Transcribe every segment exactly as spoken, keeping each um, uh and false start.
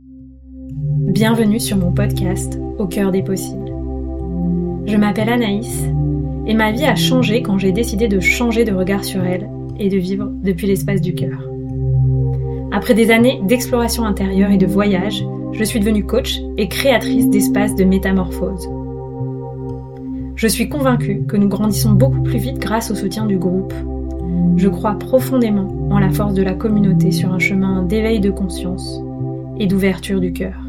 Bienvenue sur mon podcast Au cœur des possibles. Je m'appelle Anaïs et ma vie a changé quand j'ai décidé de changer de regard sur elle et de vivre depuis l'espace du cœur. Après des années d'exploration intérieure et de voyage, je suis devenue coach et créatrice d'espaces de métamorphose. Je suis convaincue que nous grandissons beaucoup plus vite grâce au soutien du groupe. Je crois profondément en la force de la communauté sur un chemin d'éveil de conscience et d'ouverture du cœur.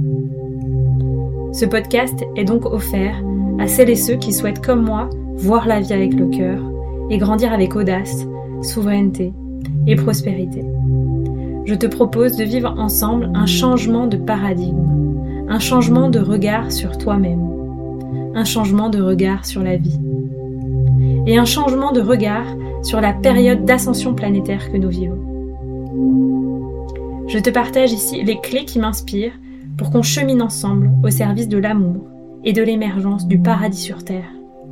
Ce podcast est donc offert à celles et ceux qui souhaitent comme moi voir la vie avec le cœur et grandir avec audace, souveraineté et prospérité. Je te propose de vivre ensemble un changement de paradigme, un changement de regard sur toi-même, un changement de regard sur la vie et un changement de regard sur la période d'ascension planétaire que nous vivons. Je te partage ici les clés qui m'inspirent pour qu'on chemine ensemble au service de l'amour et de l'émergence du paradis sur Terre.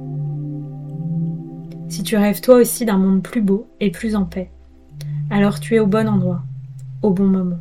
Si tu rêves toi aussi d'un monde plus beau et plus en paix, alors tu es au bon endroit, au bon moment.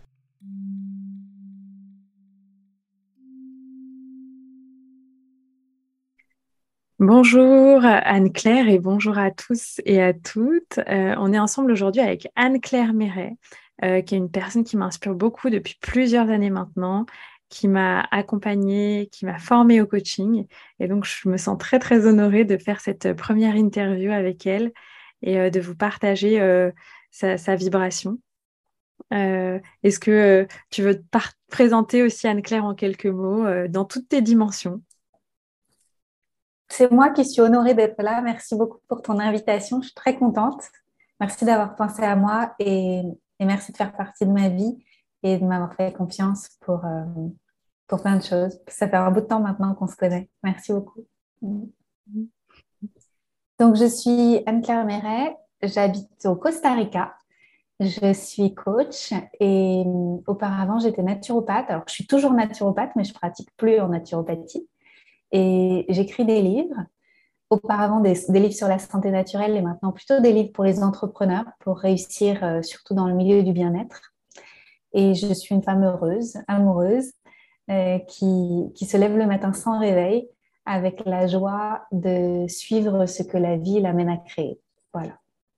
Bonjour Anne-Claire et bonjour à tous et à toutes. Euh, on est ensemble aujourd'hui avec Anne-Claire Méret, euh, qui est une personne qui m'inspire beaucoup depuis plusieurs années maintenant, qui m'a accompagnée, qui m'a formée au coaching. Et donc, je me sens très, très honorée de faire cette première interview avec elle et euh, de vous partager euh, sa, sa vibration. Euh, est-ce que euh, tu veux te par- présenter aussi Anne-Claire en quelques mots, euh, dans toutes tes dimensions? C'est moi qui suis honorée d'être là. Merci beaucoup pour ton invitation. Je suis très contente. Merci d'avoir pensé à moi et, et merci de faire partie de ma vie et de m'avoir fait confiance pour, euh, pour plein de choses. Ça fait un bout de temps maintenant qu'on se connaît. Merci beaucoup. Donc, je suis Anne-Claire Méret. J'habite au Costa Rica. Je suis coach et euh, auparavant, j'étais naturopathe. Alors, je suis toujours naturopathe, mais je pratique plus en naturopathie. Et j'écris des livres. Auparavant des, des livres sur la santé naturelle et maintenant plutôt des livres pour les entrepreneurs pour réussir euh, surtout dans le milieu du bien-être. Et je suis une femme heureuse, amoureuse, euh, qui, qui se lève le matin sans réveil avec la joie de suivre ce que la vie l'amène à créer. Voilà.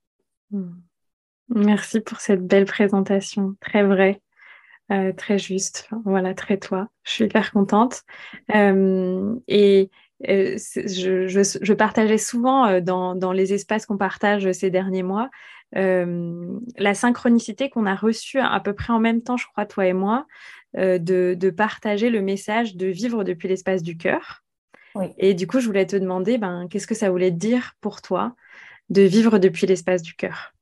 Merci pour cette belle présentation, très vraie, euh, très juste, enfin, voilà, très toi. Je suis hyper contente. Euh, et euh, c'est- je, je, je partageais souvent euh, dans, dans les espaces qu'on partage ces derniers mois euh, la synchronicité qu'on a reçue à peu près en même temps, je crois, toi et moi, euh, de, de partager le message de vivre depuis l'espace du cœur. Oui. Et du coup, je voulais te demander, ben, qu'est-ce que ça voulait dire pour toi de vivre depuis l'espace du cœur?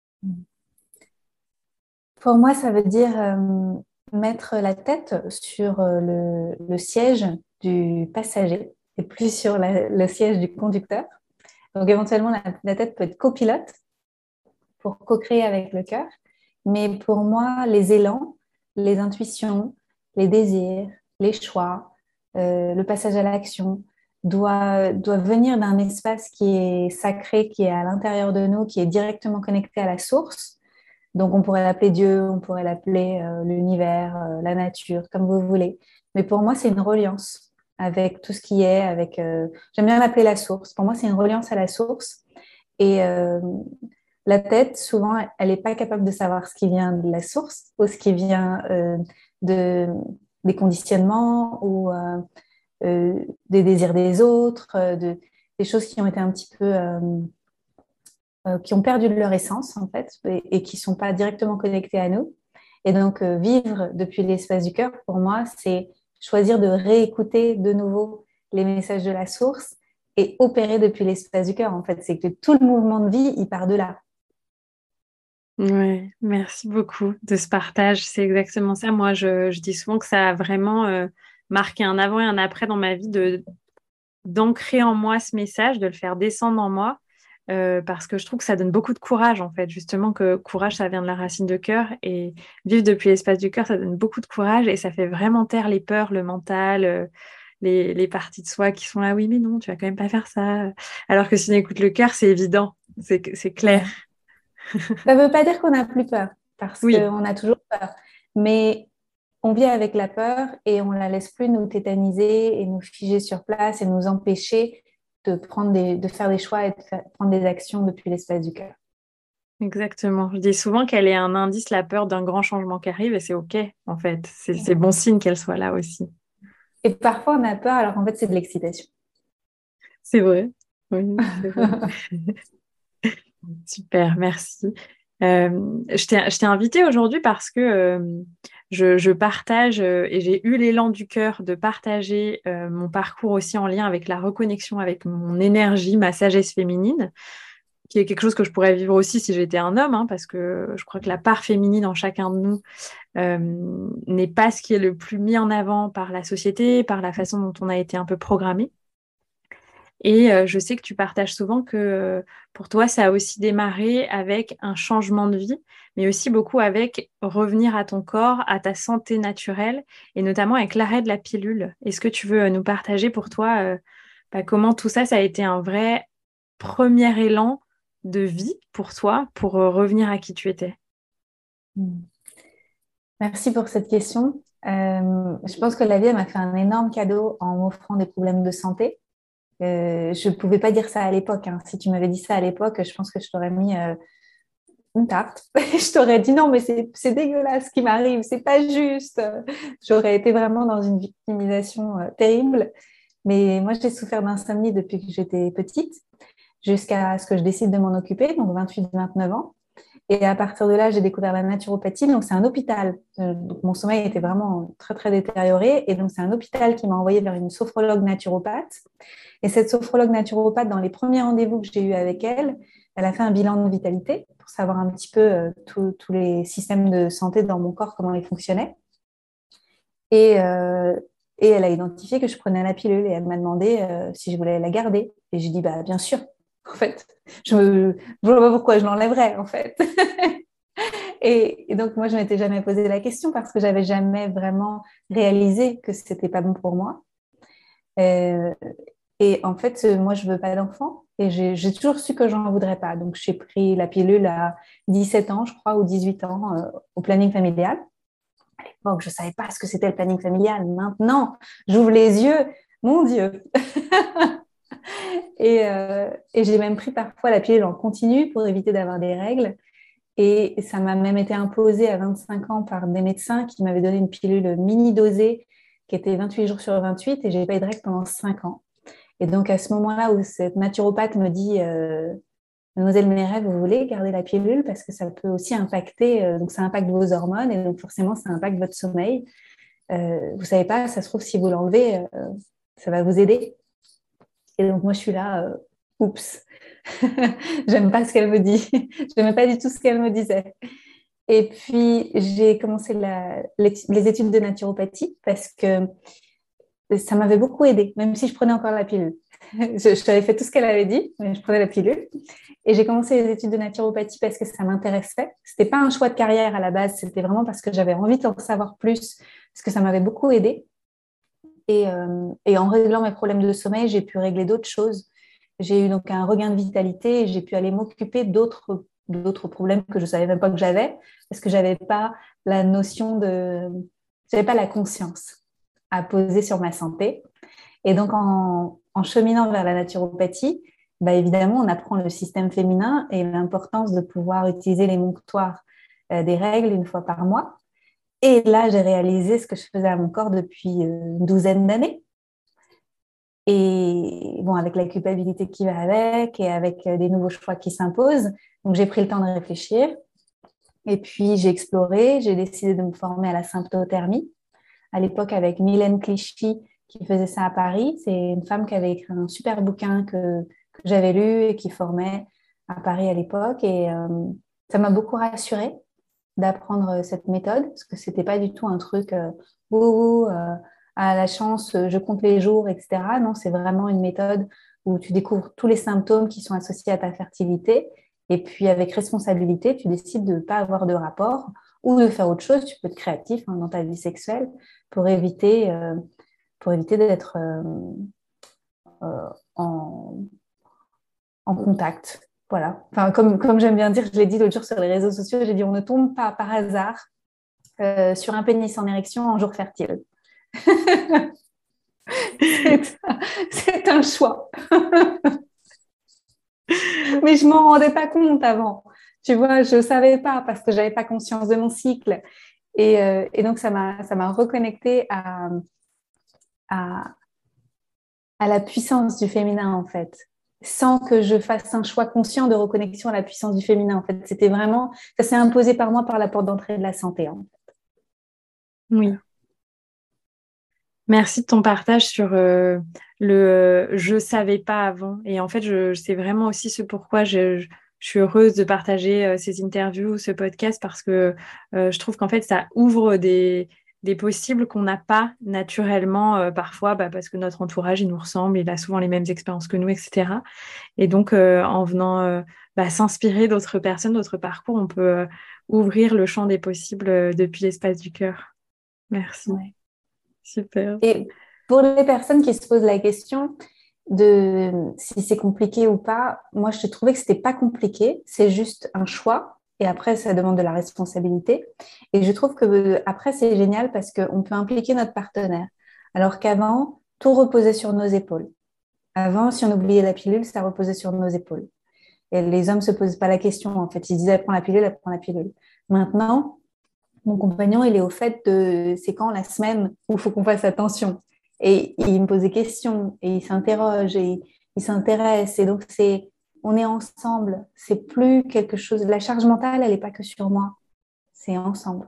Pour moi, ça veut dire euh, mettre la tête sur euh, le, le siège du passager et plus sur la- le siège du conducteur. Donc, éventuellement, la, la tête peut être copilote pour co-créer avec le cœur. Mais pour moi, les élans, les intuitions, les désirs, les choix, euh, le passage à l'action doit, doit venir d'un espace qui est sacré, qui est à l'intérieur de nous, qui est directement connecté à la source. Donc, on pourrait l'appeler Dieu, on pourrait l'appeler euh, l'univers, euh, la nature, comme vous voulez. Mais pour moi, c'est une reliance avec tout ce qui est, avec, euh, j'aime bien l'appeler la source. Pour moi, c'est une reliance à la source. Et euh, la tête, souvent, elle n'est pas capable de savoir ce qui vient de la source ou ce qui vient euh, de, des conditionnements ou euh, euh, des désirs des autres, euh, de, des choses qui ont été un petit peu, euh, euh, qui ont perdu de leur essence, en fait, et, et qui ne sont pas directement connectées à nous. Et donc, euh, vivre depuis l'espace du cœur, pour moi, c'est choisir de réécouter de nouveau les messages de la source et opérer depuis l'espace du cœur. En fait, c'est que tout le mouvement de vie, il part de là. Ouais, merci beaucoup de ce partage. C'est exactement ça. Moi, je, je dis souvent que ça a vraiment euh, marqué un avant et un après dans ma vie de d'ancrer en moi ce message, de le faire descendre en moi, euh, parce que je trouve que ça donne beaucoup de courage, en fait. Justement, que courage, ça vient de la racine de cœur et vivre depuis l'espace du cœur, ça donne beaucoup de courage et ça fait vraiment taire les peurs, le mental, euh, les, les parties de soi qui sont là, oui, mais non, tu vas quand même pas faire ça. Alors que si on écoute le cœur, c'est évident, c'est c'est clair. Ouais. Ça ne veut pas dire qu'on n'a plus peur, parce Oui. qu'on a toujours peur. Mais on vit avec la peur et on ne la laisse plus nous tétaniser et nous figer sur place et nous empêcher de, prendre des, de faire des choix et de faire, prendre des actions depuis l'espace du cœur. Exactement. Je dis souvent qu'elle est un indice, la peur d'un grand changement qui arrive, et c'est OK, en fait. C'est, c'est bon signe qu'elle soit là aussi. Et parfois, on a peur alors qu'en fait, c'est de l'excitation. C'est vrai. Oui, c'est vrai. Super, merci. Euh, je t'ai, je t'ai invitée aujourd'hui parce que euh, je, je partage euh, et j'ai eu l'élan du cœur de partager euh, mon parcours aussi en lien avec la reconnexion avec mon énergie, ma sagesse féminine, qui est quelque chose que je pourrais vivre aussi si j'étais un homme, hein, parce que je crois que la part féminine en chacun de nous euh, n'est pas ce qui est le plus mis en avant par la société, par la façon dont on a été un peu programmé. Et euh, je sais que tu partages souvent que euh, pour toi, ça a aussi démarré avec un changement de vie, mais aussi beaucoup avec revenir à ton corps, à ta santé naturelle, et notamment avec l'arrêt de la pilule. Est-ce que tu veux euh, nous partager pour toi euh, bah, comment tout ça, ça a été un vrai premier élan de vie pour toi, pour euh, revenir à qui tu étais? Merci pour cette question. Euh, je pense que la vie m'a fait un énorme cadeau en m'offrant des problèmes de santé. Euh, je ne pouvais pas dire ça à l'époque, hein. Si tu m'avais dit ça à l'époque, je pense que je t'aurais mis euh, une tarte. Je t'aurais dit non, mais c'est, c'est dégueulasse ce qui m'arrive, c'est pas juste. J'aurais été vraiment dans une victimisation euh, terrible. Mais moi, j'ai souffert d'insomnie depuis que j'étais petite, jusqu'à ce que je décide de m'en occuper, donc vingt-huit vingt-neuf ans. Et à partir de là, j'ai découvert la naturopathie. Donc, c'est un hôpital. Euh, Donc, mon sommeil était vraiment très, très détérioré. Et donc, c'est un hôpital qui m'a envoyé vers une sophrologue naturopathe. Et cette sophrologue naturopathe, dans les premiers rendez-vous que j'ai eus avec elle, elle a fait un bilan de vitalité pour savoir un petit peu euh, tous les systèmes de santé dans mon corps, comment ils fonctionnaient. Et, euh, et elle a identifié que je prenais la pilule et elle m'a demandé euh, si je voulais la garder. Et j'ai dit, bah, bien sûr. En fait, je ne vois pas pourquoi je l'enlèverais, en fait. Et, et donc, moi, je ne m'étais jamais posé la question parce que j'avais jamais vraiment réalisé que c'était pas bon pour moi. Euh, et en fait, euh, moi, je veux pas d'enfant et j'ai j'ai toujours su que j'en voudrais pas. Donc, j'ai pris la pilule à dix-sept ans, je crois, ou dix-huit ans, euh, au planning familial. À l'époque, je savais pas ce que c'était le planning familial. Maintenant, j'ouvre les yeux, mon Dieu. Et, euh, et j'ai même pris parfois la pilule en continu pour éviter d'avoir des règles. Et ça m'a même été imposé à vingt-cinq ans par des médecins qui m'avaient donné une pilule mini-dosée qui était vingt-huit jours sur vingt-huit et j'ai pas eu de règles pendant cinq ans. Et donc à ce moment-là où cette naturopathe me dit euh, Mademoiselle Méneret, vous voulez garder la pilule parce que ça peut aussi impacter, euh, donc ça impacte vos hormones et donc forcément ça impacte votre sommeil. Euh, vous savez pas, ça se trouve si vous l'enlevez, euh, ça va vous aider. Et donc moi je suis là, euh, oups, j'aime pas ce qu'elle me dit, j'aime pas du tout ce qu'elle me disait. Et puis, j'ai commencé la, les, les études de naturopathie parce que ça m'avait beaucoup aidée, même si je prenais encore la pilule. Je, je t'avais fait tout ce qu'elle avait dit, mais je prenais la pilule. Et j'ai commencé les études de naturopathie parce que ça m'intéressait. C'était pas un choix de carrière à la base, c'était vraiment parce que j'avais envie d'en savoir plus, parce que ça m'avait beaucoup aidée. Et, euh, et en réglant mes problèmes de sommeil, j'ai pu régler d'autres choses. J'ai eu donc un regain de vitalité et j'ai pu aller m'occuper d'autres d'autres problèmes que je ne savais même pas que j'avais parce que je n'avais pas la notion de... Je n'avais pas la conscience à poser sur ma santé. Et donc, en, en cheminant vers la naturopathie, bah, évidemment, on apprend le système féminin et l'importance de pouvoir utiliser les monctoires euh, des règles une fois par mois. Et là, j'ai réalisé ce que je faisais à mon corps depuis une douzaine d'années. Et bon, avec la culpabilité qui va avec et avec des nouveaux choix qui s'imposent. Donc, j'ai pris le temps de réfléchir. Et puis, j'ai exploré. J'ai décidé de me former à la symptothermie. À l'époque, avec Mylène Clichy, qui faisait ça à Paris. C'est une femme qui avait écrit un super bouquin que, que j'avais lu et qui formait à Paris à l'époque. Et euh, ça m'a beaucoup rassurée d'apprendre cette méthode, parce que c'était pas du tout un truc euh, ouh, euh, à la chance, je compte les jours, et cetera. Non, c'est vraiment une méthode où tu découvres tous les symptômes qui sont associés à ta fertilité, et puis avec responsabilité, tu décides de ne pas avoir de rapport ou de faire autre chose. Tu peux être créatif hein, dans ta vie sexuelle pour éviter, euh, pour éviter d'être euh, euh, en, en contact. Voilà. Enfin, comme, comme j'aime bien dire, je l'ai dit l'autre jour sur les réseaux sociaux, j'ai dit on ne tombe pas par hasard euh, sur un pénis en érection en jour fertile. c'est, c'est un choix. Mais je m'en rendais pas compte avant. Tu vois, je savais pas parce que j'avais pas conscience de mon cycle. Et, euh, et donc, ça m'a, ça m'a reconnecté à, à, à la puissance du féminin, en fait, sans que je fasse un choix conscient de reconnexion à la puissance du féminin. En fait, c'était vraiment, ça s'est imposé par moi par la porte d'entrée de la santé. En fait. Oui. Merci de ton partage sur euh, le euh, je savais pas avant. Et en fait, je, c'est vraiment aussi ce pourquoi je, je, je suis heureuse de partager euh, ces interviews, ce podcast, parce que euh, je trouve qu'en fait, ça ouvre des, des possibles qu'on n'a pas naturellement euh, parfois, bah, parce que notre entourage, il nous ressemble, il a souvent les mêmes expériences que nous, et cetera. Et donc, euh, en venant euh, bah, s'inspirer d'autres personnes, d'autres parcours, on peut euh, ouvrir le champ des possibles euh, depuis l'espace du cœur. Merci. Ouais. Super. Et pour les personnes qui se posent la question de si c'est compliqué ou pas, moi, je trouvais que c'était pas compliqué, c'est juste un choix. Et après, ça demande de la responsabilité. Et je trouve que après, c'est génial parce qu'on peut impliquer notre partenaire. Alors qu'avant, tout reposait sur nos épaules. Avant, si on oubliait la pilule, ça reposait sur nos épaules. Et les hommes ne se posent pas la question, en fait. Ils disaient, elle prend la pilule, elle prend la pilule. Maintenant, mon compagnon, il est au fait de c'est quand la semaine où il faut qu'on fasse attention. Et il me pose des questions et il s'interroge et il s'intéresse. Et donc, c'est, on est ensemble. C'est plus quelque chose. La charge mentale, elle n'est pas que sur moi. C'est ensemble.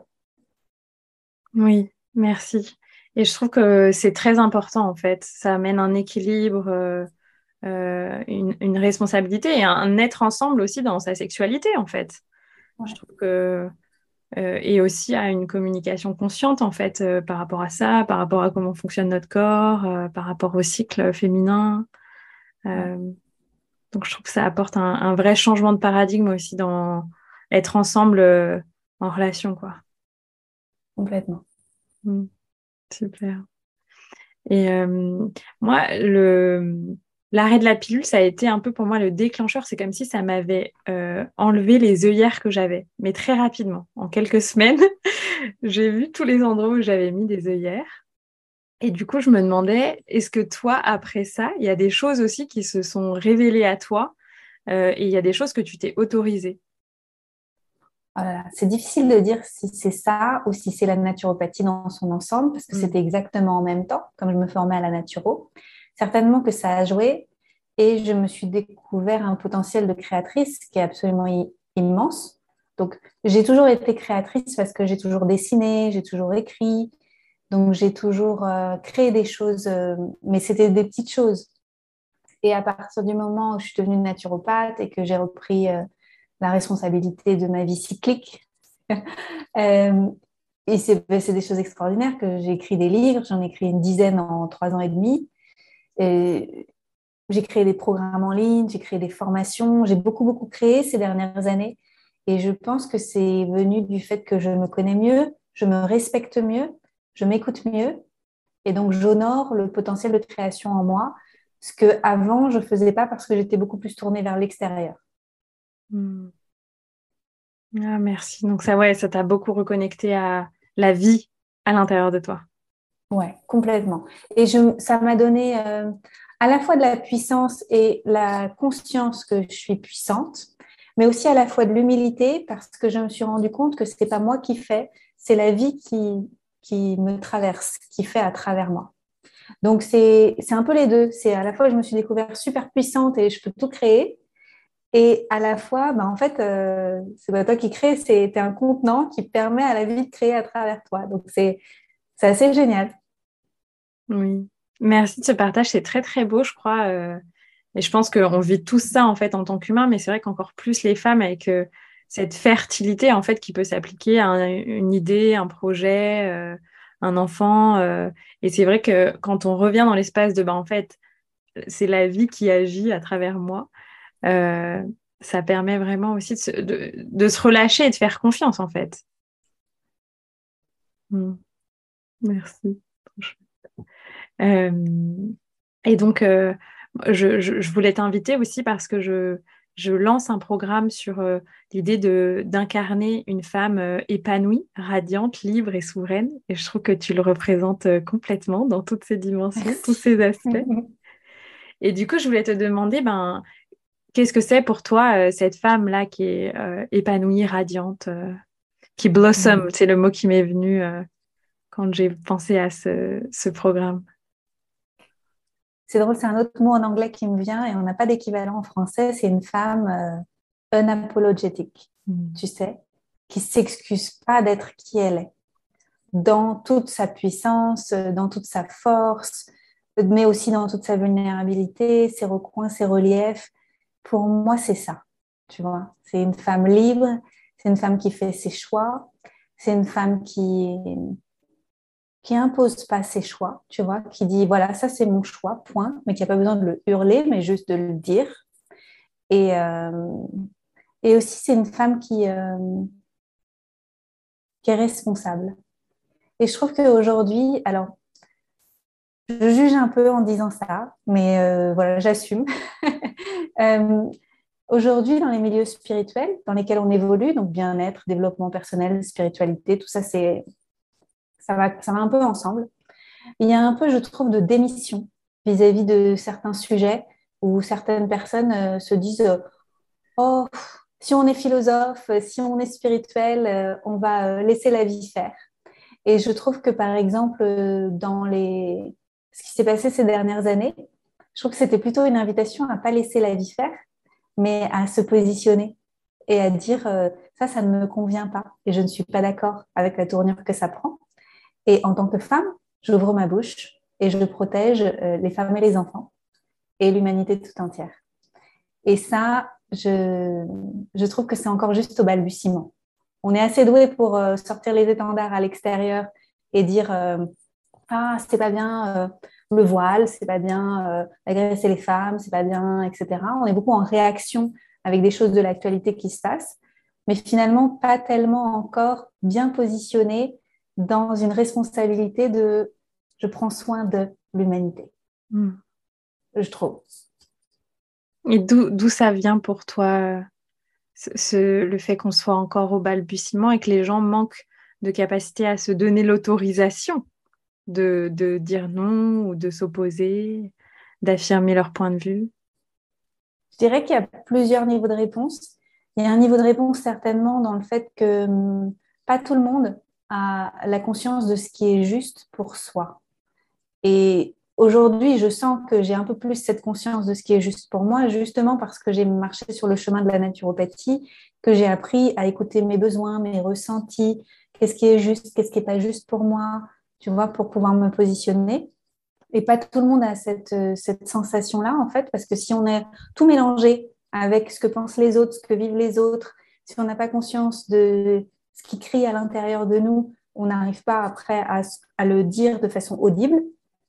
Oui, merci. Et je trouve que c'est très important en fait. Ça amène un équilibre, euh, euh, une, une responsabilité et un être ensemble aussi dans sa sexualité en fait. Je Ouais, trouve que euh, et aussi à une communication consciente en fait euh, par rapport à ça, par rapport à comment fonctionne notre corps, euh, par rapport au cycle féminin. ouais, Euh, donc je trouve que ça apporte un, un vrai changement de paradigme aussi dans être ensemble euh, en relation quoi. complètement. Mm, super. Et euh, moi, le, l'arrêt de la pilule, ça a été un peu pour moi le déclencheur. C'est comme si ça m'avait euh, enlevé les œillères que j'avais, mais très rapidement. En quelques semaines, j'ai vu tous les endroits où j'avais mis des œillères. Et du coup, je me demandais, est-ce que toi, après ça, il y a des choses aussi qui se sont révélées à toi euh, et il y a des choses que tu t'es autorisées? Oh là là, c'est difficile de dire si c'est ça ou si c'est la naturopathie dans son ensemble, parce que Mm. c'était exactement en même temps, comme je me formais à la naturo. Certainement que ça a joué et je me suis découvert un potentiel de créatrice qui est absolument i- immense. Donc, j'ai toujours été créatrice parce que j'ai toujours dessiné, j'ai toujours écrit, donc j'ai toujours euh, créé des choses, euh, mais c'était des petites choses. Et à partir du moment où je suis devenue naturopathe et que j'ai repris euh, la responsabilité de ma vie cyclique, euh, et c'est ben, c'est des choses extraordinaires que j'ai écrit des livres, j'en ai écrit une dizaine en trois ans et demi. Et j'ai créé des programmes en ligne, j'ai créé des formations, j'ai beaucoup, beaucoup créé ces dernières années. Et je pense que c'est venu du fait que je me connais mieux, je me respecte mieux, je m'écoute mieux. Et donc, j'honore le potentiel de création en moi, ce que avant je ne faisais pas parce que j'étais beaucoup plus tournée vers l'extérieur. Mm. Ah, merci. Donc ça, ouais, ça t'a beaucoup reconnecté à la vie à l'intérieur de toi. Ouais, complètement. Et je, ça m'a donné euh, à la fois de la puissance et la conscience que je suis puissante, mais aussi à la fois de l'humilité parce que je me suis rendu compte que c'est pas moi qui fais, c'est la vie qui, qui me traverse, qui fait à travers moi. Donc c'est, c'est un peu les deux. C'est à la fois je me suis découverte super puissante et je peux tout créer, et à la fois, bah, en fait, euh, c'est pas toi qui crée, c'est t'es un contenant qui permet à la vie de créer à travers toi. Donc c'est, c'est assez génial. Oui. Merci de ce partage, c'est très très beau, je crois. euh, et je pense qu'on vit tout ça en fait en tant qu'humain, mais c'est vrai qu'encore plus les femmes avec euh, cette fertilité en fait qui peut s'appliquer à un- une idée, un projet, euh, un enfant. euh, et c'est vrai que quand on revient dans l'espace de bah en fait c'est la vie qui agit à travers moi, euh, ça permet vraiment aussi de se, de, de se relâcher et de faire confiance en fait. Mm. Merci. Euh, et donc, euh, je, je, je voulais t'inviter aussi parce que je, je lance un programme sur euh, l'idée de, d'incarner une femme euh, épanouie, radiante, libre et souveraine. Et je trouve que tu le représentes euh, complètement dans toutes ses dimensions, tous Merci. ses aspects. Et du coup, je voulais te demander, ben, qu'est-ce que c'est pour toi, euh, cette femme-là qui est euh, épanouie, radiante, euh, qui blossom, c'est le mot qui m'est venu euh, quand j'ai pensé à ce, ce programme. C'est drôle, c'est un autre mot en anglais qui me vient et on n'a pas d'équivalent en français. C'est une femme euh, unapologetic, Mm. tu sais, qui s'excuse pas d'être qui elle est, dans toute sa puissance, euh, dans toute sa force, mais aussi dans toute sa vulnérabilité, ses recoins, ses reliefs. Pour moi, c'est ça, tu vois. C'est une femme libre, c'est une femme qui fait ses choix, c'est une femme qui qui impose pas ses choix, tu vois, qui dit voilà, ça c'est mon choix, point, mais qui n'a pas besoin de le hurler, mais juste de le dire. Et, euh, et aussi, c'est une femme qui, euh, qui est responsable. Et je trouve qu'aujourd'hui, alors, je juge un peu en disant ça, mais euh, voilà, j'assume. euh, Aujourd'hui, dans les milieux spirituels dans lesquels on évolue, donc bien-être, développement personnel, spiritualité, tout ça, c'est, ça va, ça va un peu ensemble. Il y a un peu, je trouve, de démission vis-à-vis de certains sujets où certaines personnes euh, se disent euh, oh, si on est philosophe, si on est spirituel, euh, on va euh, laisser la vie faire. Et je trouve que, par exemple, euh, dans les... ce qui s'est passé ces dernières années, je trouve que c'était plutôt une invitation à ne pas laisser la vie faire, mais à se positionner et à dire euh, ça, ça ne me convient pas et je ne suis pas d'accord avec la tournure que ça prend. Et en tant que femme, j'ouvre ma bouche et je protège euh, les femmes et les enfants et l'humanité tout entière. Et ça, je, je trouve que c'est encore juste au balbutiement. On est assez doué pour euh, sortir les étendards à l'extérieur et dire euh, ah, c'est pas bien euh, le voile, c'est pas bien euh, agresser les femmes, c'est pas bien, et cetera. On est beaucoup en réaction avec des choses de l'actualité qui se passent, mais finalement pas tellement encore bien positionné dans une responsabilité de je prends soin de l'humanité, Mm. je trouve. Et d'où, d'où ça vient pour toi, ce, ce- le fait qu'on soit encore au balbutiement et que les gens manquent de capacité à se donner l'autorisation de, de dire non ou de s'opposer, d'affirmer leur point de vue? Je dirais qu'il y a plusieurs niveaux de réponse. Il y a un niveau de réponse certainement dans le fait que hum, pas tout le monde a la conscience de ce qui est juste pour soi. Et aujourd'hui, je sens que j'ai un peu plus cette conscience de ce qui est juste pour moi, justement parce que j'ai marché sur le chemin de la naturopathie, que j'ai appris à écouter mes besoins, mes ressentis, qu'est-ce qui est juste, qu'est-ce qui n'est pas juste pour moi, tu vois, pour pouvoir me positionner. Et pas tout le monde a cette, euh, cette sensation-là, en fait, parce que si on est tout mélangé avec ce que pensent les autres, ce que vivent les autres, si on n'a pas conscience de ce qui crie à l'intérieur de nous, on n'arrive pas après à, à le dire de façon audible.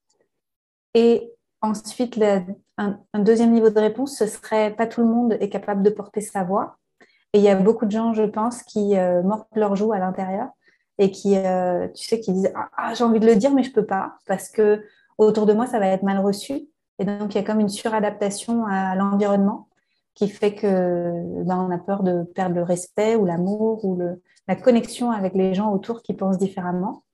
Et ensuite, le- un, un deuxième niveau de réponse, ce serait pas tout le monde est capable de porter sa voix. Et il y a beaucoup de gens, je pense, qui euh, mordent leurs joues à l'intérieur et qui, euh, tu sais, qui disent ah, ah, j'ai envie de le dire, mais je peux pas parce que autour de moi, ça va être mal reçu. Et donc, il y a comme une suradaptation à l'environnement qui fait que ben, on a peur de perdre le respect ou l'amour ou le, la connexion avec les gens autour qui pensent différemment.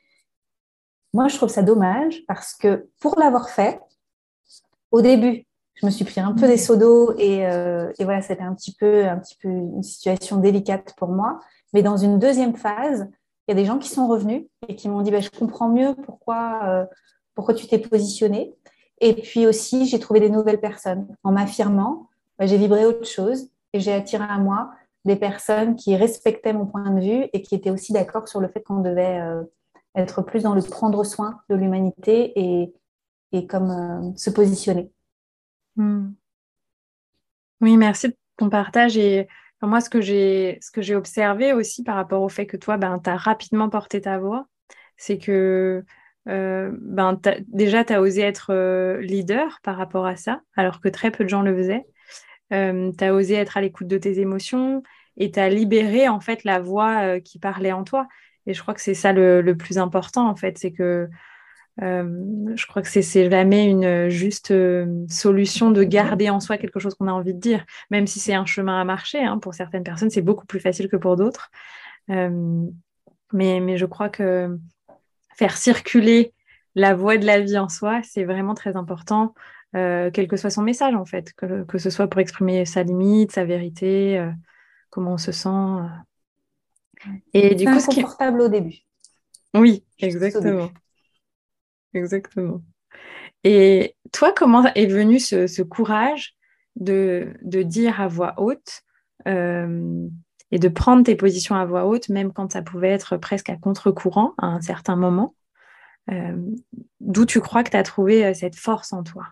Moi, je trouve ça dommage parce que pour l'avoir fait, au début, je me suis pris un peu des seaux d'eau et, euh, et voilà, c'était un petit peu, un petit peu une situation délicate pour moi. Mais dans une deuxième phase, il y a des gens qui sont revenus et qui m'ont dit bah, je comprends mieux pourquoi, euh, pourquoi tu t'es positionné. Et puis aussi, j'ai trouvé des nouvelles personnes. En m'affirmant, bah, j'ai vibré autre chose et j'ai attiré à moi des personnes qui respectaient mon point de vue et qui étaient aussi d'accord sur le fait qu'on devait euh, être plus dans le prendre soin de l'humanité et, et comme euh, se positionner. Mm. Oui, merci de ton partage. Et enfin, moi, ce que j'ai, ce que j'ai observé aussi par rapport au fait que toi, ben, tu as rapidement porté ta voix, c'est que euh, ben, t'as- déjà, tu as osé être euh, leader par rapport à ça, alors que très peu de gens le faisaient. Euh, tu as osé être à l'écoute de tes émotions et tu as libéré en fait la voix euh, qui parlait en toi. Et je crois que c'est ça le, le plus important en fait, c'est que Euh, je crois que c'est, c'est jamais une juste euh, solution de garder en soi quelque chose qu'on a envie de dire, même si c'est un chemin à marcher. Hein, pour certaines personnes, c'est beaucoup plus facile que pour d'autres. Euh, mais, mais je crois que faire circuler la voix de la vie en soi, c'est vraiment très important, euh, quel que soit son message, en fait, que, que ce soit pour exprimer sa limite, sa vérité, euh, comment on se sent. euh. Et du C'est coup, ce qui... inconfortable au début, Oui, juste au exactement, début. exactement. Et toi, comment est venu ce, ce courage de, de dire à voix haute euh, et de prendre tes positions à voix haute, même quand ça pouvait être presque à contre-courant à un certain moment? Euh, D'où tu crois que tu as trouvé euh, cette force en toi?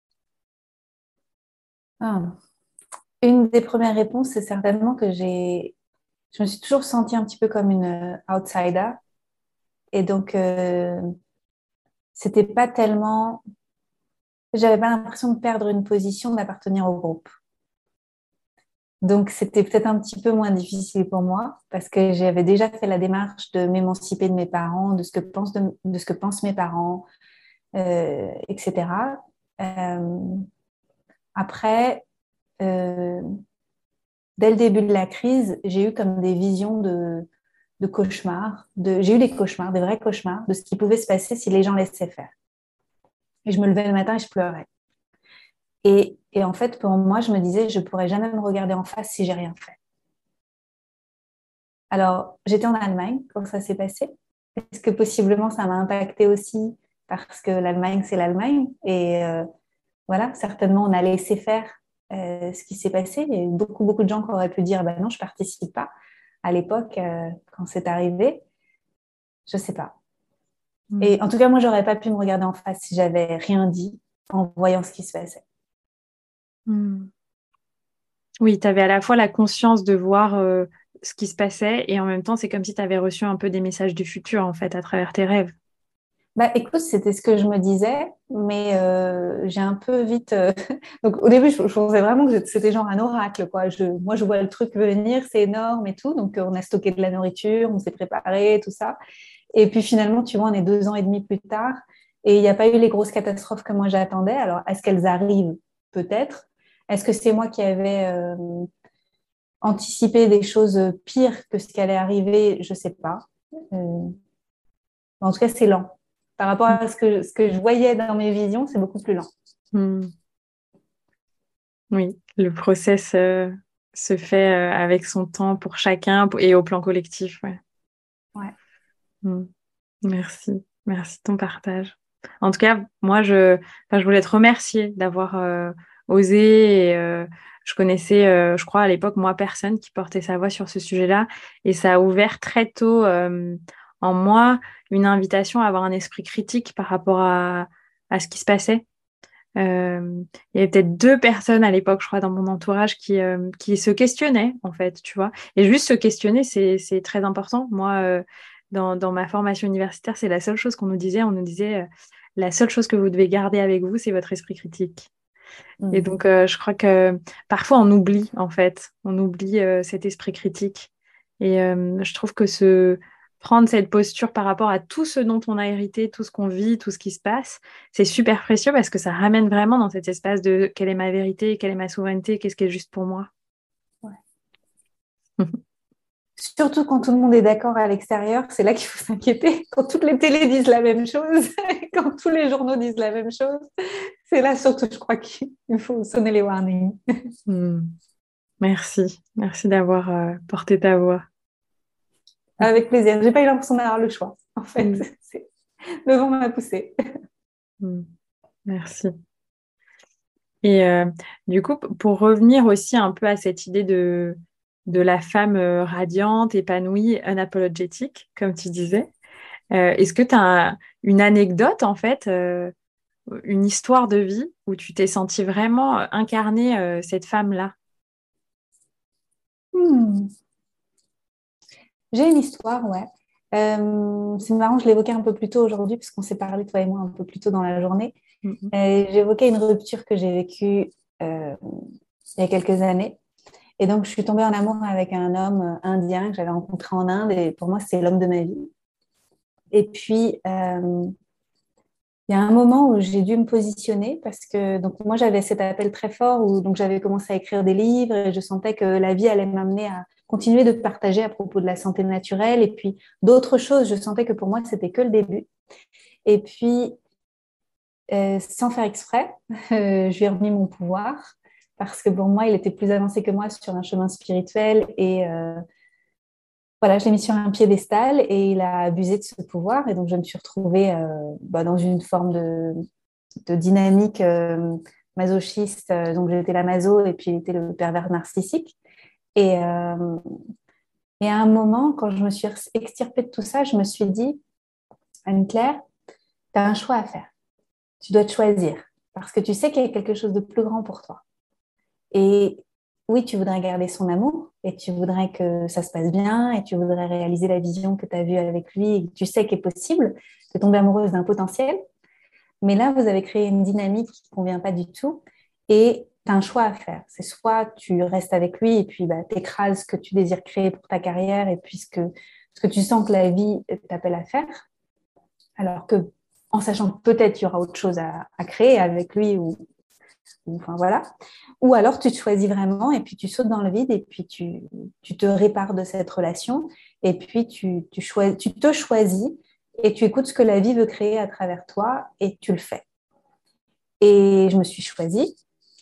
Ah. Une des premières réponses, c'est certainement que j'ai, je me suis toujours sentie un petit peu comme une euh, outsider. Et donc, euh, c'était pas tellement, j'avais pas l'impression de perdre une position, d'appartenir au groupe. Donc, c'était peut-être un petit peu moins difficile pour moi parce que j'avais déjà fait la démarche de m'émanciper de mes parents, de ce que pensent, de, de ce que pensent mes parents, euh, et cetera. Euh, après, euh, dès le début de la crise, j'ai eu comme des visions de, de cauchemars. De, j'ai eu des cauchemars, des vrais cauchemars de ce qui pouvait se passer si les gens laissaient faire. Et je me levais le matin et je pleurais. Et, et en fait, pour moi, je me disais, je ne pourrais jamais me regarder en face si j'ai rien fait. Alors, j'étais en Allemagne quand ça s'est passé. Est-ce que possiblement ça m'a impacté aussi parce que l'Allemagne, c'est l'Allemagne et euh, voilà, certainement on a laissé faire euh, ce qui s'est passé. Il y a eu beaucoup, beaucoup de gens qui auraient pu dire, bah non, je ne participe pas à l'époque euh, quand c'est arrivé. Je ne sais pas. Et Mm. en tout cas, moi, j'aurais pas pu me regarder en face si j'avais rien dit en voyant ce qui se passait. Mm. Oui, tu avais à la fois la conscience de voir euh, ce qui se passait et en même temps, c'est comme si tu avais reçu un peu des messages du futur, en fait, à travers tes rêves. Bah, écoute, c'était ce que je me disais, mais euh, j'ai un peu vite. euh, Donc, au début, je, je pensais vraiment que c'était genre un oracle, quoi. Je, moi, je vois le truc venir, c'est énorme et tout. Donc, euh, on a stocké de la nourriture, on s'est préparé, tout ça. Et puis, finalement, tu vois, on est deux ans et demi plus tard et il n'y a pas eu les grosses catastrophes que moi j'attendais. Alors, est-ce qu'elles arrivent? Peut-être. Est-ce que c'est moi qui avais euh, anticipé des choses pires que ce qui allait arriver? Je ne sais pas. Euh, En tout cas, c'est lent. Par rapport à ce que, ce que je voyais dans mes visions, c'est beaucoup plus lent. Mm. Oui, le process euh, se fait euh, avec son temps pour chacun et au plan collectif. Ouais. Ouais. Mm. Merci, merci de ton partage. En tout cas, moi, je, enfin, je voulais te remercier d'avoir euh, osé. Et, euh, je connaissais, euh, je crois, à l'époque, moi, personne qui portait sa voix sur ce sujet-là. Et ça a ouvert très tôt euh, en moi une invitation à avoir un esprit critique par rapport à, à ce qui se passait. Euh, il y avait peut-être deux personnes à l'époque, je crois, dans mon entourage qui, euh, qui se questionnaient, en fait, tu vois. Et juste se questionner, c'est, c'est très important. Moi, euh, dans, dans ma formation universitaire, c'est la seule chose qu'on nous disait. On nous disait, euh, la seule chose que vous devez garder avec vous, c'est votre esprit critique. Et Mm. donc, euh, je crois que parfois, on oublie, en fait. On oublie euh, cet esprit critique. Et euh, je trouve que ce prendre cette posture par rapport à tout ce dont on a hérité, tout ce qu'on vit, tout ce qui se passe, c'est super précieux parce que ça ramène vraiment dans cet espace de quelle est ma vérité, quelle est ma souveraineté, qu'est-ce qui est juste pour moi. Ouais. Surtout quand tout le monde est d'accord à l'extérieur, c'est là qu'il faut s'inquiéter. Quand toutes les télés disent la même chose, quand tous les journaux disent la même chose, c'est là surtout, je crois qu'il faut sonner les warnings. Hmm. Merci, merci d'avoir euh, porté ta voix. Avec plaisir. J'ai pas eu l'impression d'avoir le choix, en fait. Hmm. C'est... Le vent m'a poussé. Hmm. Merci. Et euh, du coup, p- pour revenir aussi un peu à cette idée de, de la femme euh, radiante, épanouie, unapologétique, comme tu disais, euh, est-ce que tu as une anecdote, en fait, euh, une histoire de vie où tu t'es sentie vraiment euh, incarner euh, cette femme-là? Hmm. J'ai une histoire, ouais. Euh, c'est marrant, je l'évoquais un peu plus tôt aujourd'hui, puisqu'on s'est parlé, toi et moi, un peu plus tôt dans la journée. Mhm. Euh, j'évoquais une rupture que j'ai vécue euh, il y a quelques années. Et donc, je suis tombée en amour avec un homme euh, indien que j'avais rencontré en Inde. Et pour moi, c'est l'homme de ma vie. Et puis, euh, Il y a un moment où j'ai dû me positionner parce que donc moi j'avais cet appel très fort où donc j'avais commencé à écrire des livres et je sentais que la vie allait m'amener à continuer de partager à propos de la santé naturelle et puis d'autres choses. Je sentais que pour moi c'était que le début. Et puis euh, sans faire exprès, euh, je lui ai remis mon pouvoir parce que pour moi il était plus avancé que moi sur un chemin spirituel et euh, voilà, je l'ai mis sur un piédestal et il a abusé de ce pouvoir et donc je me suis retrouvée euh, bah, dans une forme de de dynamique euh, masochiste. Euh, Donc, j'étais la maso et puis il était le pervers narcissique. Et, euh, et à un moment, quand je me suis extirpée de tout ça, je me suis dit, Anne-Claire, tu as un choix à faire. Tu dois te choisir parce que tu sais qu'il y a quelque chose de plus grand pour toi. Et oui, tu voudrais garder son amour et tu voudrais que ça se passe bien et tu voudrais réaliser la vision que tu as vue avec lui et que tu sais qu'est possible de tomber amoureuse d'un potentiel. Mais là, vous avez créé une dynamique qui ne convient pas du tout et tu as un choix à faire. C'est soit tu restes avec lui et puis bah, tu écrases ce que tu désires créer pour ta carrière et puis ce que, ce que tu sens que la vie t'appelle à faire, alors que en sachant que peut-être il y aura autre chose à, à créer avec lui ou, ou enfin voilà. Ou alors tu te choisis vraiment et puis tu sautes dans le vide et puis tu, tu te répares de cette relation et puis tu, tu, choisis, tu te choisis et tu écoutes ce que la vie veut créer à travers toi et tu le fais. Et je me suis choisie.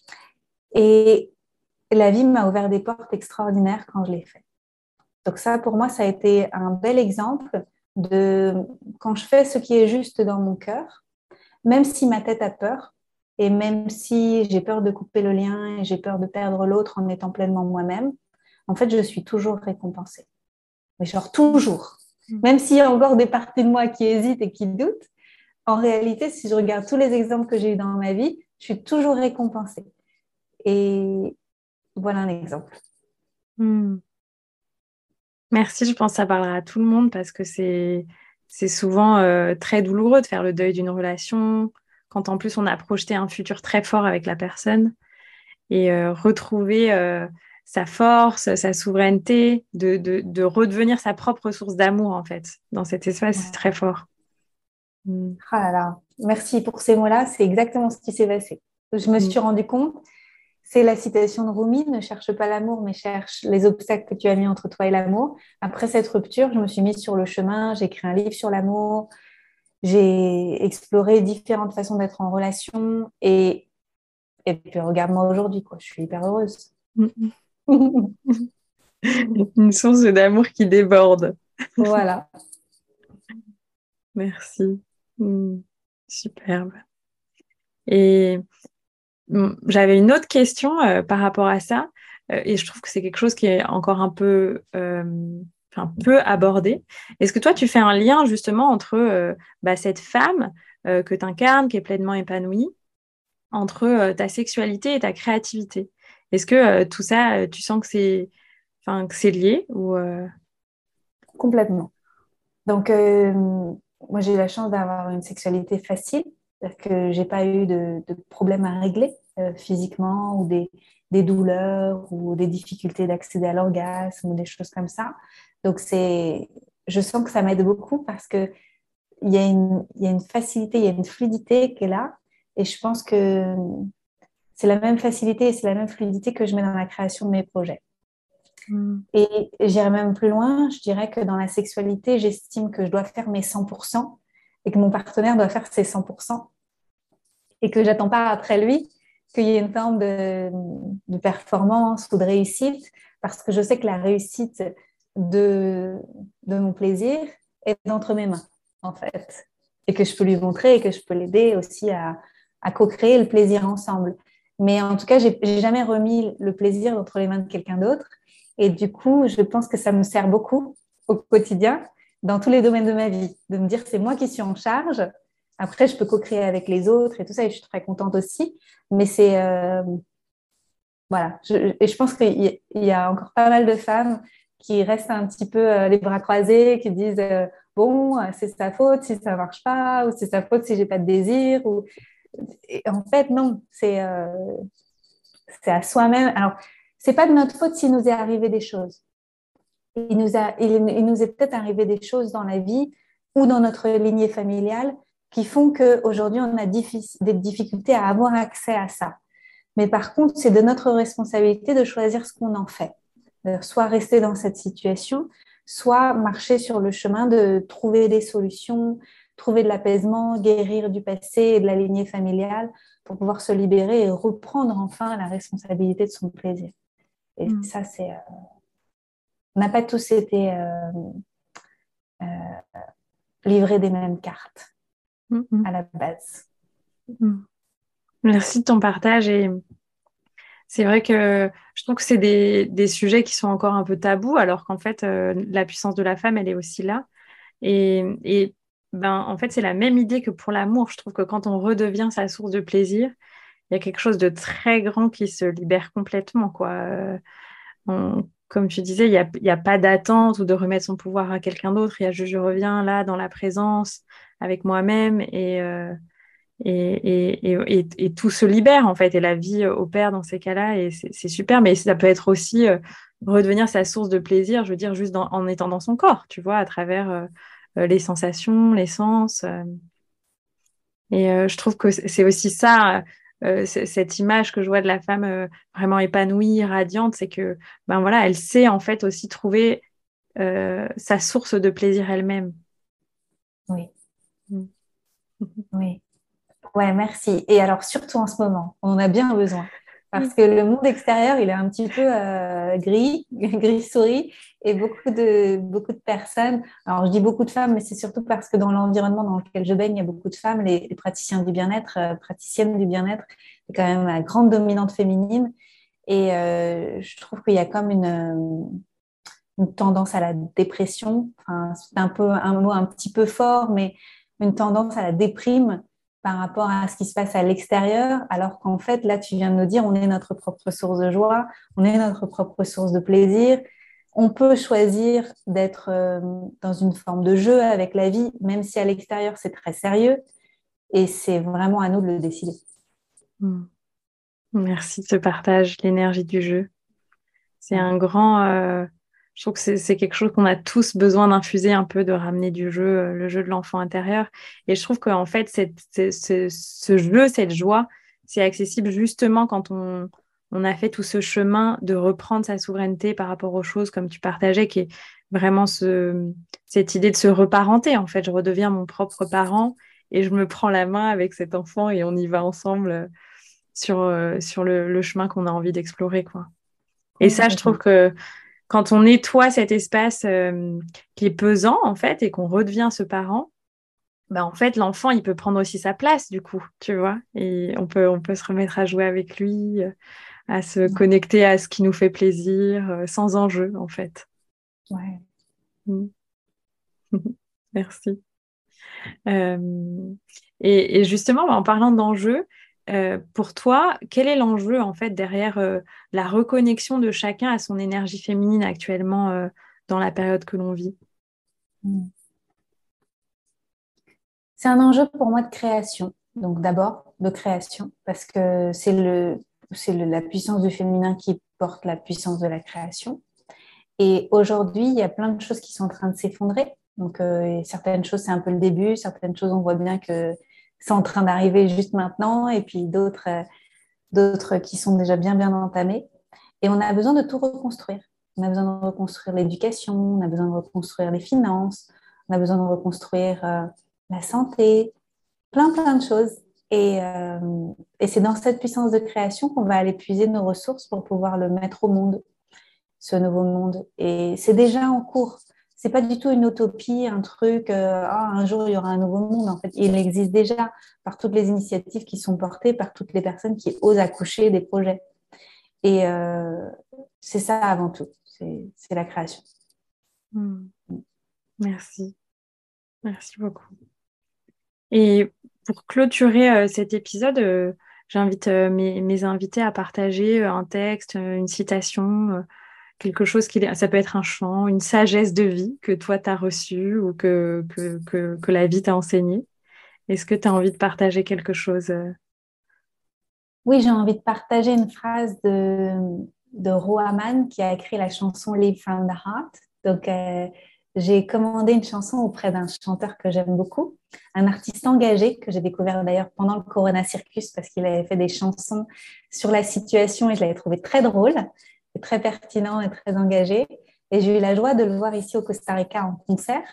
Et la vie m'a ouvert des portes extraordinaires quand je l'ai fait. Donc ça, pour moi, ça a été un bel exemple de quand je fais ce qui est juste dans mon cœur, même si ma tête a peur, et même si j'ai peur de couper le lien et j'ai peur de perdre l'autre en étant pleinement moi-même, en fait, je suis toujours récompensée. Mais genre toujours. Même s'il y a encore des parties de moi qui hésitent et qui doutent, en réalité, si je regarde tous les exemples que j'ai eu dans ma vie, je suis toujours récompensée. Et voilà un exemple. Hmm. Merci, je pense que ça parlera à tout le monde parce que c'est, c'est souvent euh, très douloureux de faire le deuil d'une relation, quand en plus on a projeté un futur très fort avec la personne et euh, retrouver euh, sa force, sa souveraineté, de, de, de redevenir sa propre source d'amour en fait dans cet espace, c'est très Ouais. fort. Mm. Ah là là, merci pour ces mots-là, c'est exactement ce qui s'est passé. Je me Mm. suis rendu compte, c'est la citation de Rumi, ne cherche pas l'amour, mais cherche les obstacles que tu as mis entre toi et l'amour. Après cette rupture, je me suis mise sur le chemin, j'ai écrit un livre sur l'amour, j'ai exploré différentes façons d'être en relation et, et puis regarde-moi aujourd'hui, quoi, je suis hyper heureuse. Mm. Une source d'amour qui déborde. Voilà. Merci. Mm. Superbe. Et mm, j'avais une autre question euh, par rapport à ça, euh, et je trouve que c'est quelque chose qui est encore un peu, euh, enfin, peu abordé. Est-ce que toi, tu fais un lien justement entre euh, bah, cette femme euh, que tu incarnes, qui est pleinement épanouie, entre euh, ta sexualité et ta créativité? Est-ce que euh, tout ça, euh, tu sens que c'est, enfin, que c'est lié ou euh, Complètement. Donc, euh, moi, j'ai eu la chance d'avoir une sexualité facile, c'est-à-dire que j'ai pas eu de, de problèmes à régler euh, physiquement ou des, des douleurs ou des difficultés d'accéder à l'orgasme ou des choses comme ça. Donc, c'est, je sens que ça m'aide beaucoup parce que il y a une, il y a une facilité, il y a une fluidité qui est là. Et je pense que c'est la même facilité et c'est la même fluidité que je mets dans la création de mes projets. mm, Et j'irai même plus loin, je dirais que dans la sexualité, j'estime que je dois faire mes cent pour cent et que mon partenaire doit faire ses cent pour cent et que j'attends pas après lui qu'il y ait une forme de, de performance ou de réussite parce que je sais que la réussite de, de mon plaisir est entre mes mains en fait et que je peux lui montrer et que je peux l'aider aussi à, à co-créer le plaisir ensemble. Mais en tout cas, j'ai j'ai jamais remis le plaisir entre les mains de quelqu'un d'autre. Et du coup, je pense que ça me sert beaucoup au quotidien, dans tous les domaines de ma vie, de me dire c'est moi qui suis en charge. Après, je peux co-créer avec les autres et tout ça, et je suis très contente aussi. Mais c'est euh, voilà. Je, et je pense qu'il y a encore pas mal de femmes qui restent un petit peu euh, les bras croisés, qui disent euh, bon, c'est sa faute si ça marche pas, ou c'est sa faute si j'ai pas de désir. Ou... Et en fait, non, c'est euh, c'est à soi-même. Alors, c'est pas de notre faute s'il nous est arrivé des choses. Il nous, a, il, il nous est peut-être arrivé des choses dans la vie ou dans notre lignée familiale qui font qu'aujourd'hui, on a diffi- des difficultés à avoir accès à ça. Mais par contre, c'est de notre responsabilité de choisir ce qu'on en fait. Soit rester dans cette situation, soit marcher sur le chemin de trouver des solutions, trouver de l'apaisement, guérir du passé et de la lignée familiale pour pouvoir se libérer et reprendre enfin la responsabilité de son plaisir. Et Mm. ça, c'est... Euh, on n'a pas tous été euh, euh, livrés des mêmes cartes Mm. à la base. Mm. Merci de ton partage et c'est vrai que je trouve que c'est des, des sujets qui sont encore un peu tabous alors qu'en fait euh, la puissance de la femme elle est aussi là et, et ben en fait c'est la même idée que pour l'amour. Je trouve que quand on redevient sa source de plaisir, il y a quelque chose de très grand qui se libère complètement quoi. Euh, on- comme tu disais, il n'y a, il y a pas d'attente ou de remettre son pouvoir à quelqu'un d'autre. Il y a juste je reviens là dans la présence avec moi-même et euh, et, et, et, et, et tout se libère en fait et la vie euh, opère dans ces cas-là et c'est c'est super mais ça peut être aussi euh, redevenir sa source de plaisir je veux dire juste dans- en étant dans son corps tu vois à travers euh, euh, les sensations les sens euh. et euh, je trouve que c'est c'est aussi ça euh, c'est- cette image que je vois de la femme euh, vraiment épanouie radiante c'est que ben voilà elle sait en fait aussi trouver euh, sa source de plaisir elle-même. Oui, Mm. oui. Ouais, merci. Et alors, surtout en ce moment, on en a bien besoin. Parce que le monde extérieur, il est un petit peu euh, gris, gris-souris, et beaucoup de, beaucoup de personnes, alors je dis beaucoup de femmes, mais c'est surtout parce que dans l'environnement dans lequel je baigne, il y a beaucoup de femmes, les, les praticiens du bien-être, euh, praticiennes du bien-être, c'est quand même la grande dominante féminine. Et euh, je trouve qu'il y a comme une, euh, une tendance à la dépression. Enfin, c'est un peu un mot un petit peu fort, mais une tendance à la déprime par rapport à ce qui se passe à l'extérieur, alors qu'en fait, là, tu viens de nous dire, on est notre propre source de joie, on est notre propre source de plaisir. On peut choisir d'être euh, dans une forme de jeu avec la vie, même si à l'extérieur, c'est très sérieux. Et c'est vraiment à nous de le décider. Mm. Merci de ce partage, l'énergie du jeu. C'est Ouais. un grand. Euh, je trouve que c'est c'est quelque chose qu'on a tous besoin d'infuser un peu, de ramener du jeu, euh, le jeu de l'enfant intérieur. Et je trouve qu'en fait, cette, c'est- ce, ce jeu, cette joie, c'est accessible justement quand on, on a fait tout ce chemin de reprendre sa souveraineté par rapport aux choses, comme tu partageais, qui est vraiment ce, cette idée de se reparenter. En fait, je redeviens mon propre parent et je me prends la main avec cet enfant et on y va ensemble euh, sur, euh, sur le, le chemin qu'on a envie d'explorer, quoi. Et ça, je trouve Complètement. que quand on nettoie cet espace euh, qui est pesant, en fait, et qu'on redevient ce parent, bah, en fait, l'enfant, il peut prendre aussi sa place, du coup, tu vois. Et on peut, on peut se remettre à jouer avec lui, euh, à se connecter à ce qui nous fait plaisir, euh, sans enjeu, en fait. Ouais. Mm. Merci. Euh, et, et justement, en parlant d'enjeu, euh, pour toi, quel est l'enjeu en fait derrière euh, la reconnexion de chacun à son énergie féminine actuellement euh, dans la période que l'on vit? C'est un enjeu pour moi de création. Donc d'abord de création, parce que c'est le, c'est le- la puissance du féminin qui porte la puissance de la création. Et aujourd'hui, il y a plein de choses qui sont en train de s'effondrer. Donc euh, certaines choses, c'est un peu le début, certaines choses, on voit bien que c'est en train d'arriver juste maintenant, et puis d'autres, euh, d'autres qui sont déjà bien, bien entamées. Et on a besoin de tout reconstruire. On a besoin de reconstruire l'éducation, on a besoin de reconstruire les finances, on a besoin de reconstruire euh, la santé, plein, plein de choses. Et, euh, et c'est dans cette puissance de création qu'on va aller puiser nos ressources pour pouvoir le mettre au monde, ce nouveau monde. Et c'est déjà en cours. C'est pas du tout une utopie, un truc, euh, ah, un jour il y aura un nouveau monde. En fait, il existe déjà par toutes les initiatives qui sont portées, par toutes les personnes qui osent accoucher des projets. Et euh, c'est ça avant tout, c'est c'est la création. Hmm. Merci, merci beaucoup. Et pour clôturer euh, cet épisode, euh, j'invite euh, mes, mes invités à partager euh, un texte, euh, une citation, euh, quelque chose qui, ça peut être un chant, une sagesse de vie que toi t'as reçue ou que, que, que, que la vie t'a enseigné. Est-ce que tu as envie de partager quelque chose? euh Oui, j'ai envie de partager une phrase de, de Rohaman qui a écrit la chanson Live from the Heart. Donc, euh, j'ai commandé une chanson auprès d'un chanteur que j'aime beaucoup, un artiste engagé que j'ai découvert d'ailleurs pendant le Corona Circus parce qu'il avait fait des chansons sur la situation et je l'avais trouvé très drôle, et très pertinent et très engagé. Et j'ai eu la joie de le voir ici au Costa Rica en concert.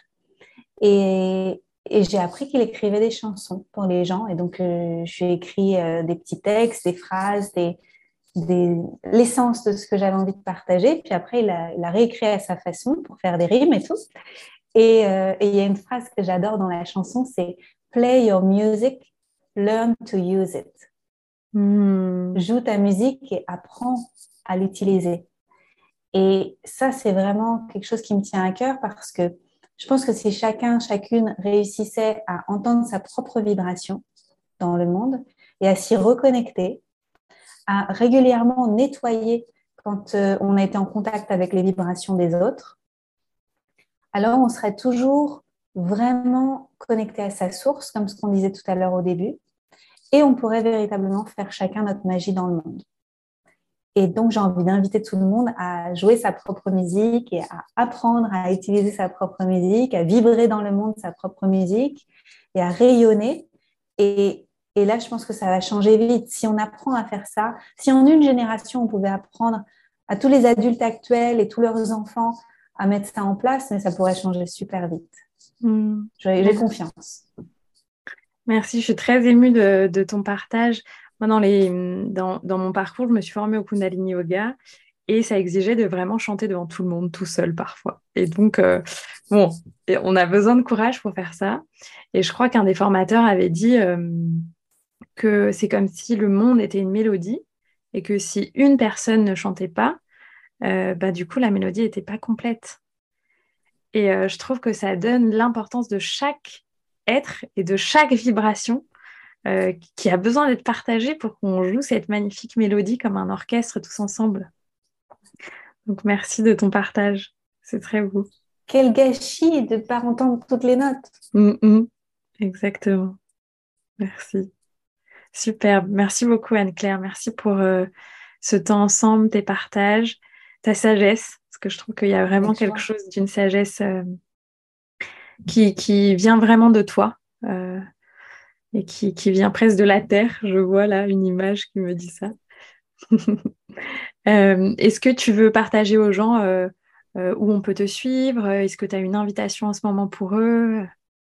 Et, et j'ai appris qu'il écrivait des chansons pour les gens. Et donc, euh, j'ai écrit euh, des petits textes, des phrases, des, des, l'essence de ce que j'avais envie de partager. Puis après, il a, il a réécrit à sa façon pour faire des rimes et tout. Et, euh, et il y a une phrase que j'adore dans la chanson, c'est Play your music, learn to use it. Mmh. Joue ta musique et apprends à l'utiliser. Et ça, c'est vraiment quelque chose qui me tient à cœur parce que je pense que si chacun, chacune réussissait à entendre sa propre vibration dans le monde et à s'y reconnecter, à régulièrement nettoyer quand euh, on a été en contact avec les vibrations des autres, alors on serait toujours vraiment connecté à sa source, comme ce qu'on disait tout à l'heure au début, et on pourrait véritablement faire chacun notre magie dans le monde. Et donc, j'ai envie d'inviter tout le monde à jouer sa propre musique et à apprendre à utiliser sa propre musique, à vibrer dans le monde sa propre musique et à rayonner. Et, et là, je pense que ça va changer vite. Si on apprend à faire ça, si en une génération, on pouvait apprendre à tous les adultes actuels et tous leurs enfants à mettre ça en place, mais ça pourrait changer super vite. Mmh. J'ai, j'ai confiance. Merci, je suis très émue de, de ton partage. Moi, dans, les, dans, dans mon parcours, je me suis formée au Kundalini Yoga et ça exigeait de vraiment chanter devant tout le monde, tout seul parfois. Et donc, euh, bon, on a besoin de courage pour faire ça. Et je crois qu'un des formateurs avait dit euh, que c'est comme si le monde était une mélodie et que si une personne ne chantait pas, euh, bah, du coup, la mélodie n'était pas complète. Et euh, je trouve que ça donne l'importance de chaque être et de chaque vibration euh, qui a besoin d'être partagée pour qu'on joue cette magnifique mélodie comme un orchestre tous ensemble. Donc merci de ton partage, c'est très beau. Quel gâchis de ne pas entendre toutes les notes. Mm-mm. Exactement, merci. Super, merci beaucoup Anne-Claire, merci pour euh, ce temps ensemble, tes partages, ta sagesse, parce que je trouve qu'il y a vraiment quelque chose d'une sagesse euh, qui, qui vient vraiment de toi. Euh, et qui, qui vient presque de la terre. Je vois là une image qui me dit ça. euh, est-ce que tu veux partager aux gens euh, euh, où on peut te suivre? Est-ce que tu as une invitation en ce moment pour eux?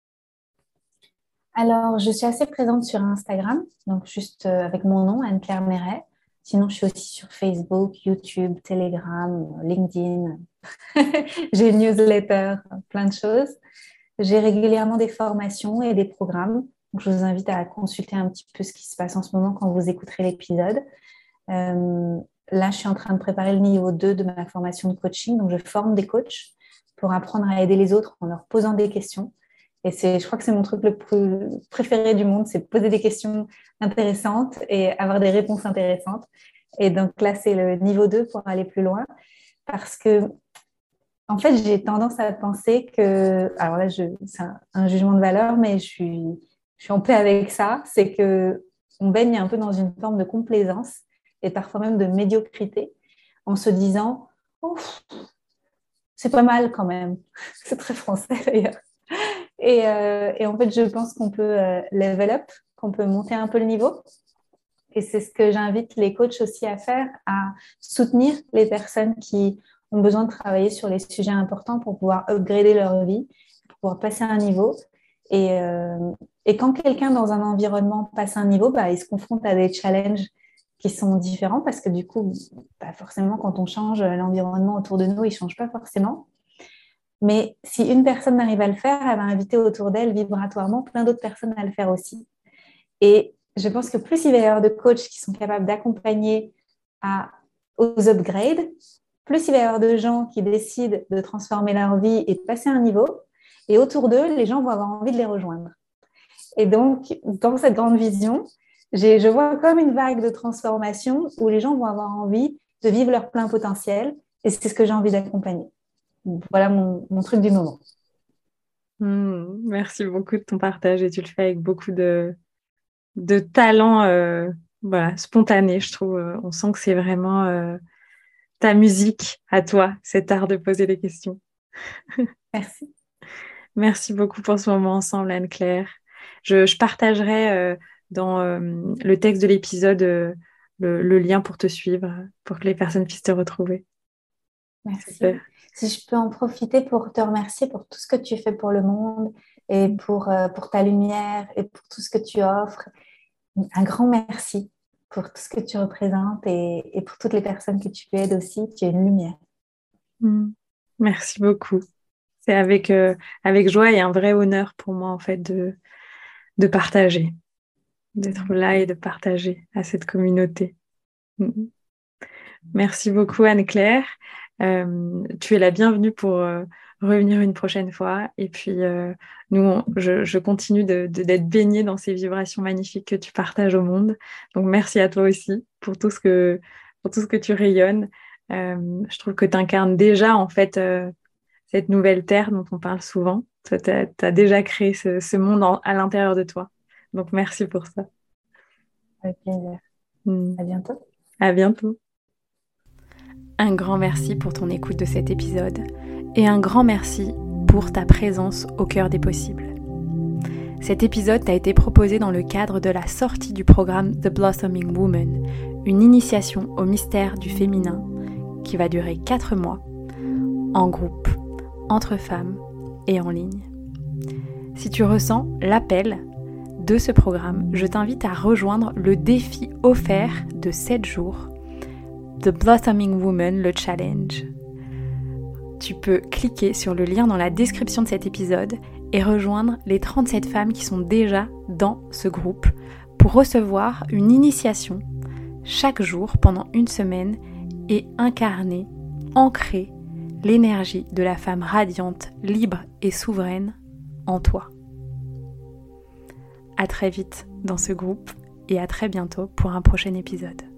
Alors, je suis assez présente sur Instagram, donc juste euh, avec mon nom, Anne-Claire Méret. Sinon, je suis aussi sur Facebook, YouTube, Telegram, LinkedIn. J'ai une newsletter, plein de choses. J'ai régulièrement des formations et des programmes. Donc, je vous invite à consulter un petit peu ce qui se passe en ce moment quand vous écouterez l'épisode. Euh, là, je suis en train de préparer le niveau deux de ma formation de coaching. Donc, je forme des coachs pour apprendre à aider les autres en leur posant des questions. Et c'est, je crois que c'est mon truc le plus préféré du monde, c'est poser des questions intéressantes et avoir des réponses intéressantes. Et donc là, c'est le niveau deux pour aller plus loin. Parce que, en fait, j'ai tendance à penser que, alors là, je, c'est un, un jugement de valeur, mais je suis, je suis en paix avec ça. C'est que on baigne un peu dans une forme de complaisance et parfois même de médiocrité en se disant, oh, c'est pas mal quand même. C'est très français d'ailleurs. Et, euh, et, en fait, je pense qu'on peut euh, level up, qu'on peut monter un peu le niveau. Et c'est ce que j'invite les coachs aussi à faire, à soutenir les personnes qui ont besoin de travailler sur les sujets importants pour pouvoir upgrader leur vie, pour pouvoir passer un niveau. Et, euh, et quand quelqu'un dans un environnement passe un niveau, bah, il se confronte à des challenges qui sont différents parce que du coup, bah, forcément, quand on change, l'environnement autour de nous, il ne change pas forcément. Mais si une personne arrive à le faire, elle va inviter autour d'elle vibratoirement plein d'autres personnes à le faire aussi. Et je pense que plus il va y avoir de coachs qui sont capables d'accompagner à, aux upgrades, plus il va y avoir de gens qui décident de transformer leur vie et de passer un niveau. Et autour d'eux, les gens vont avoir envie de les rejoindre. Et donc, dans cette grande vision, j'ai, je vois comme une vague de transformation où les gens vont avoir envie de vivre leur plein potentiel. Et c'est ce que j'ai envie d'accompagner. Voilà mon, mon truc du moment. Mmh, merci beaucoup de ton partage et tu le fais avec beaucoup de, de talent euh, voilà, spontané, je trouve. On sent que c'est vraiment euh, ta musique à toi, cet art de poser des questions. Merci. Merci beaucoup pour ce moment ensemble, Anne-Claire. Je, je partagerai euh, dans euh, le texte de l'épisode euh, le, le lien pour te suivre, pour que les personnes puissent te retrouver. Merci. Super. Si je peux en profiter pour te remercier pour tout ce que tu fais pour le monde et pour, euh, pour ta lumière et pour tout ce que tu offres. Un grand merci pour tout ce que tu représentes et, et pour toutes les personnes que tu aides aussi. Tu es une lumière. Mm. Merci beaucoup. C'est avec, euh, avec joie et un vrai honneur pour moi, en fait, de, de partager, d'être là et de partager à cette communauté. Mm. Merci beaucoup, Anne-Claire. Euh, tu es la bienvenue pour euh, revenir une prochaine fois. Et puis, euh, nous, on- je, je continue de, de- d'être baignée dans ces vibrations magnifiques que tu partages au monde. Donc, merci à toi aussi pour tout ce que, pour tout ce que tu rayonnes. Euh, je trouve que tu incarnes déjà, en fait, euh, cette nouvelle terre dont on parle souvent. Tu as déjà créé ce, ce monde en- à l'intérieur de toi. Donc, merci pour ça. Avec plaisir. Mm. À bientôt. À bientôt. Un grand merci pour ton écoute de cet épisode et un grand merci pour ta présence au cœur des possibles. Cet épisode t'a été proposé dans le cadre de la sortie du programme The Blossoming Woman, une initiation au mystère du féminin qui va durer quatre mois, en groupe, entre femmes et en ligne. Si tu ressens l'appel de ce programme, je t'invite à rejoindre le défi offert de sept jours, The Blossoming Woman, le challenge. Tu peux cliquer sur le lien dans la description de cet épisode et rejoindre les trente-sept femmes qui sont déjà dans ce groupe pour recevoir une initiation chaque jour pendant une semaine et incarner, ancrer l'énergie de la femme radiante, libre et souveraine en toi. À très vite dans ce groupe et à très bientôt pour un prochain épisode.